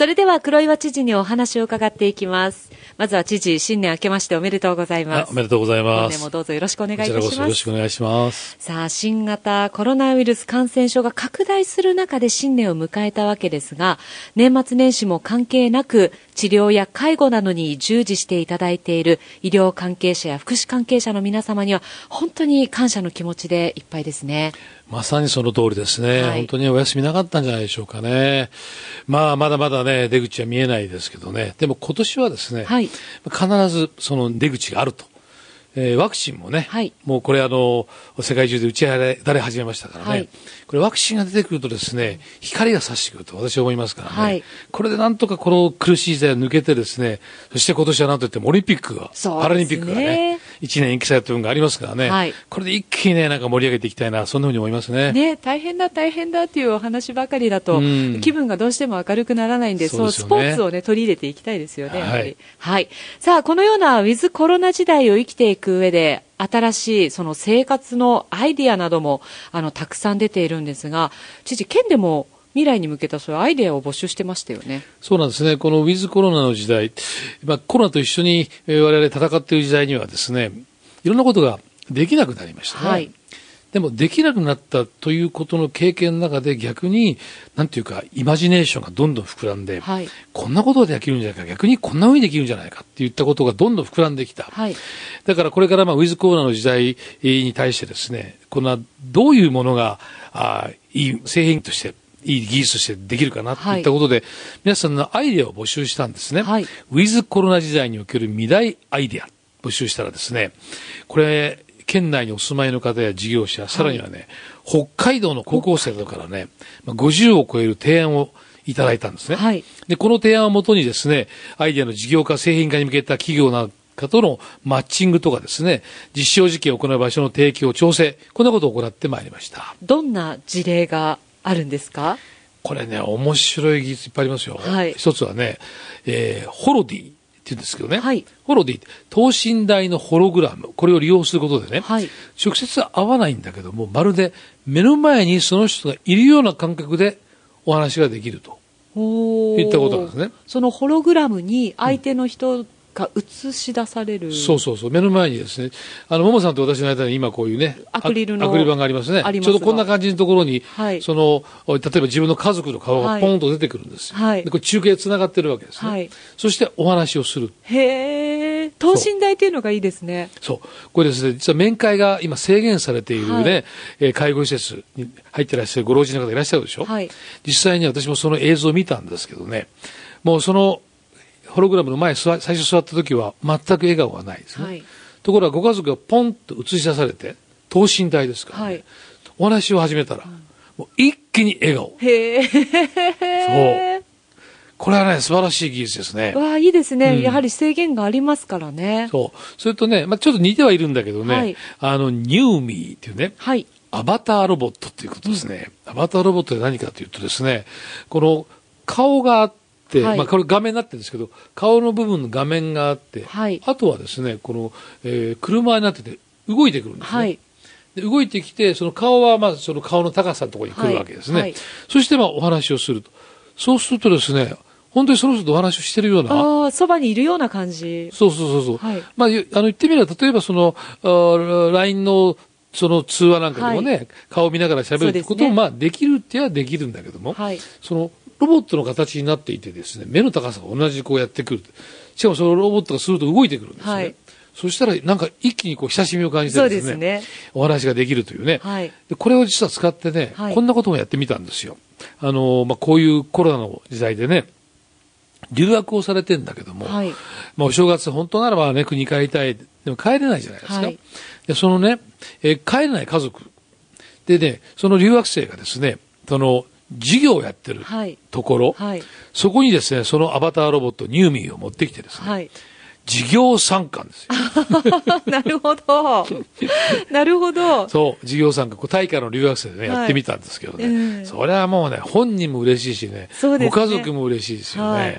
それでは黒岩知事にお話を伺っていきます。まずは知事、新年明けましておめでとうございます。 おめでとうございます。 本年もどうぞよろしくお願いいたします。 こちらこそよろしくお願いします。 さあ、新型コロナウイルス感染症が拡大する中で新年を迎えたわけですが、年末年始も関係なく治療や介護などに従事していただいている医療関係者や福祉関係者の皆様には本当に感謝の気持ちでいっぱいですね。 まさにその通りですね、本当にお休みなかったんじゃないでしょうかね。まだまだね、出口は見えないですけどね。でも今年はですね、必ずその出口があると。ワクチンもね、もうこれ世界中で打ち当たり始めましたからね、これワクチンが出てくるとですね、光が差してくると私は思いますからね、これでなんとかこの苦しい時代を抜けてですね、そして今年はなんといってもオリンピックが、パラリンピックがね、1年延期された分がありますからね、これで一気にね、なんか盛り上げていきたいな、そんなふうに思いますね。 ね、大変だっていうお話ばかりだと、気分がどうしても明るくならないんで、スポーツをね、取り入れていきたいですよね、やっぱり。さあ、このようなウィズコロナ時代を生きていく上で、新しいその生活のアイディアなどもたくさん出ているんですが、知事、県でも未来に向けたそういうアイデアを募集してましたよね。 そうなんですね。このウィズコロナの時代、コロナと一緒に我々戦っている時代にはですね、いろんなことができなくなりましたね。でもできなくなったということの経験の中で逆に、なんていうか、イマジネーションがどんどん膨らんで、こんなことができるんじゃないか、逆にこんな風にできるんじゃないかっていったことがどんどん膨らんできた。だからこれからウィズコロナの時代に対してですね、どういうものが、いい製品として、いい技術としてできるかなといったことで、皆さんのアイデアを募集したんですね。ウィズコロナ時代における未来アイデア募集したらですね、これ、県内にお住まいの方や事業者、さらにはね、北海道の高校生などからね、50を超える提案をいただいたんですね。で、この提案をもとにですね、アイデアの事業化、製品化に向けた企業なんかとのマッチングとかですね、実証実験を行う場所の提供、調整、こんなことを行ってまいりました。 どんな事例があるんですか？ これね、面白い技術いっぱいありますよ。一つはね、ホロディって言うんですけどね、ホロディって等身大のホログラム、これを利用することでね、直接会わないんだけども、まるで目の前にその人がいるような感覚でお話ができるといったことなんですね。 そのホログラムに相手の人が映し出される、 そう、目の前にですね、ももさんと私の間に今こういうね、アクリル板がありますね。ちょうどこんな感じのところに、例えば自分の家族の顔がポンと出てくるんですよ。でこれ中継つながってるわけですね。そしてお話をする。 へー、等身大っていうのがいいですね。 そう。これですね、実は面会が今制限されているね、介護施設に入ってらっしゃるご老人の方いらっしゃるでしょ。実際に私もその映像を見たんですけどね、もうそのホログラムの前、最初座った時は全く笑顔がないですね。ところがご家族がポンと映し出されて、等身大ですからね、お話を始めたら、もう一気に笑顔。そう。これはね、素晴らしい技術ですね。 いいですね。やはり制限がありますからね。 そう。それとね、ちょっと似てはいるんだけどね、ニューミーっていうね、アバターロボットっていうことですね。アバターロボットで何かというとですね、この顔があって、これ画面になってるんですけど、顔の部分の画面があって、あとはですね、この、車になってて動いてくるんですね。で動いてきて、その顔はまずその顔の高さのところに来るわけですね。そしてお話をすると。そうするとですね、本当にその人とお話をしているような。 そばにいるような感じ。 そう。言ってみれば、例えばその、LINE のその通話なんかでもね、顔を見ながら喋るってこともできるってはできるんだけども、その、ロボットの形になっていてですね、目の高さが同じこうやってくる。しかもそのロボットがすると動いてくるんですね。そしたらなんか一気にこう親しみを感じてですね、お話ができるというね。でこれを実は使ってね、こんなこともやってみたんですよ。こういうコロナの時代でね、留学をされてんだけども、お正月本当ならばね、国に帰りたい。でも帰れないじゃないですか。でそのね、帰れない家族。でね、その留学生がですね、その、授業をやってるところ、そこにですね、そのアバターロボットニューミーを持ってきてですね、授業参観ですよ。 なるほど。なるほど。 そう、授業参観、タイからの留学生でね、やってみたんですけどね、それはもうね、本人も嬉しいしね、ご家族も嬉しいですよね。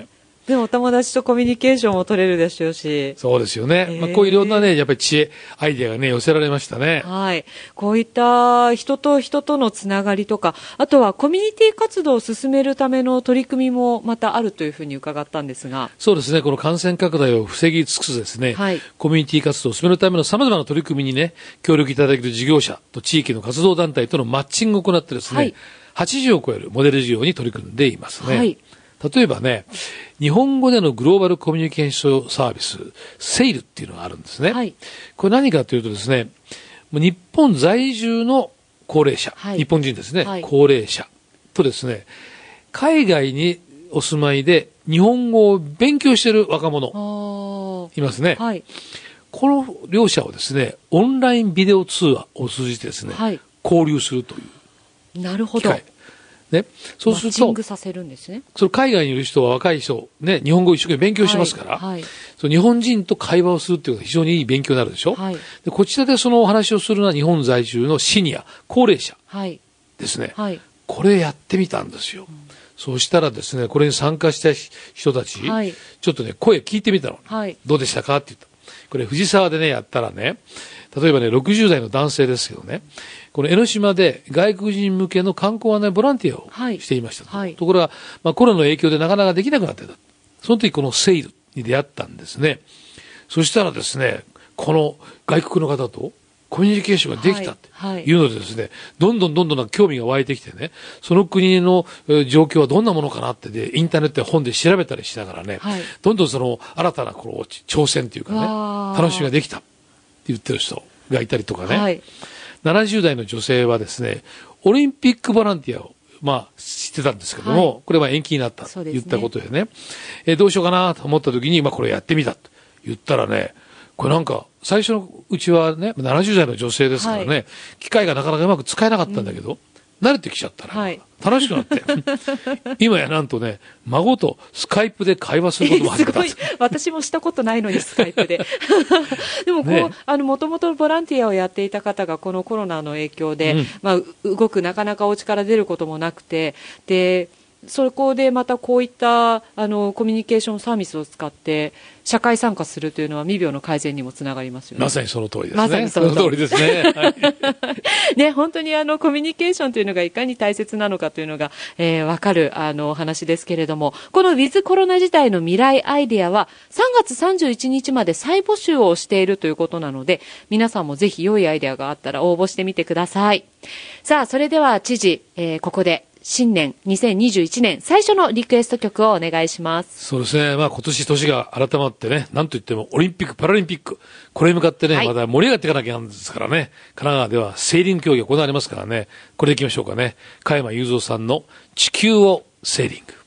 でもお友達とコミュニケーションも取れるでしょうし。 そうですよね。まあ、こういろんなね、やっぱり知恵、アイデアがね、寄せられましたね。 はい。こういった人と人とのつながりとか、あとはコミュニティ活動を進めるための取り組みもまたあるというふうに伺ったんですが。 そうですね。この感染拡大を防ぎ尽くすですね、はい、コミュニティ活動を進めるための様々な取り組みにね、協力いただける事業者と地域の活動団体とのマッチングを行ってですね、はい、80を超えるモデル事業に取り組んでいますね。はい、例えばね、日本語でのグローバルコミュニケーションサービス、セイルっていうのがあるんですね。はい、これ何かというとですね、日本在住の高齢者、はい、日本人ですね、はい、高齢者とですね、海外にお住まいで日本語を勉強している若者いますね。はい、この両者をですね、オンラインビデオ通話を通じてですね、はい、交流するという機会。 なるほど。 ね、そうすると、 マッチングさせるんですね。 その海外にいる人は若い人、ね、日本語を一生懸命勉強しますから、はいはい、その日本人と会話をするっていうのが非常にいい勉強になるでしょ。はい、でこちらでそのお話をするのは日本在住のシニア、高齢者ですね。はい、これやってみたんですよ。そうしたらですね、これに参加した人たち、はい、ちょっとね、声聞いてみたの。はい、どうでしたかって言った。これ藤沢でね、やったらね、例えばね、60代の男性ですけどね、この江ノ島で外国人向けの観光案内ボランティアをしていました。はい、ところが、まあ、コロナの影響でなかなかできなくなってた。その時このセイルに出会ったんですね。そしたらですね、この外国の方とコミュニケーションができたっていうのでですね、どんどん興味が湧いてきてね、その国の状況はどんなものかなってで、インターネットや本で調べたりしながらね、はい、どんどんその新たなこの挑戦というかね、楽しみができたって言ってる人がいたりとかね、はい、70代の女性はですね、オリンピックボランティアをまあ、してたんですけども、はい、これは延期になったと言ったことでね、どうしようかなと思った時に、まあこれやってみたと言ったらね、これなんか、最初のうちはね、70代の女性ですからね、はい、機械がなかなかうまく使えなかったんだけど、慣れてきちゃったら、はい、楽しくなって、今やなんとね、孫とスカイプで会話することも始めたんです。 私もしたことないのに、スカイプで。でもこう、もともとボランティアをやっていた方が、このコロナの影響で、まあ、動く、なかなかお家から出ることもなくて、で、そこでまたこういったコミュニケーションサービスを使って社会参加するというのは未病の改善にもつながりますよね。 まさにその通りですね。 まさにその通りですね。はい、 ね、本当にコミュニケーションというのがいかに大切なのかというのが、わかるお話ですけれども、このウィズコロナ時代の未来アイデアは3月31日まで再募集をしているということなので、皆さんもぜひ良いアイデアがあったら応募してみてください。さあ、それでは知事、ここで新年2021年最初のリクエスト曲をお願いします。 そうですね。まあ今年年が改まってね、なんといってもオリンピック・パラリンピック、これに向かってね、はい、まだ盛り上がっていかなきゃなんですからね、神奈川ではセーリング競技が行われますからね、これでいきましょうかね。加山雄三さんの地球をセーリング。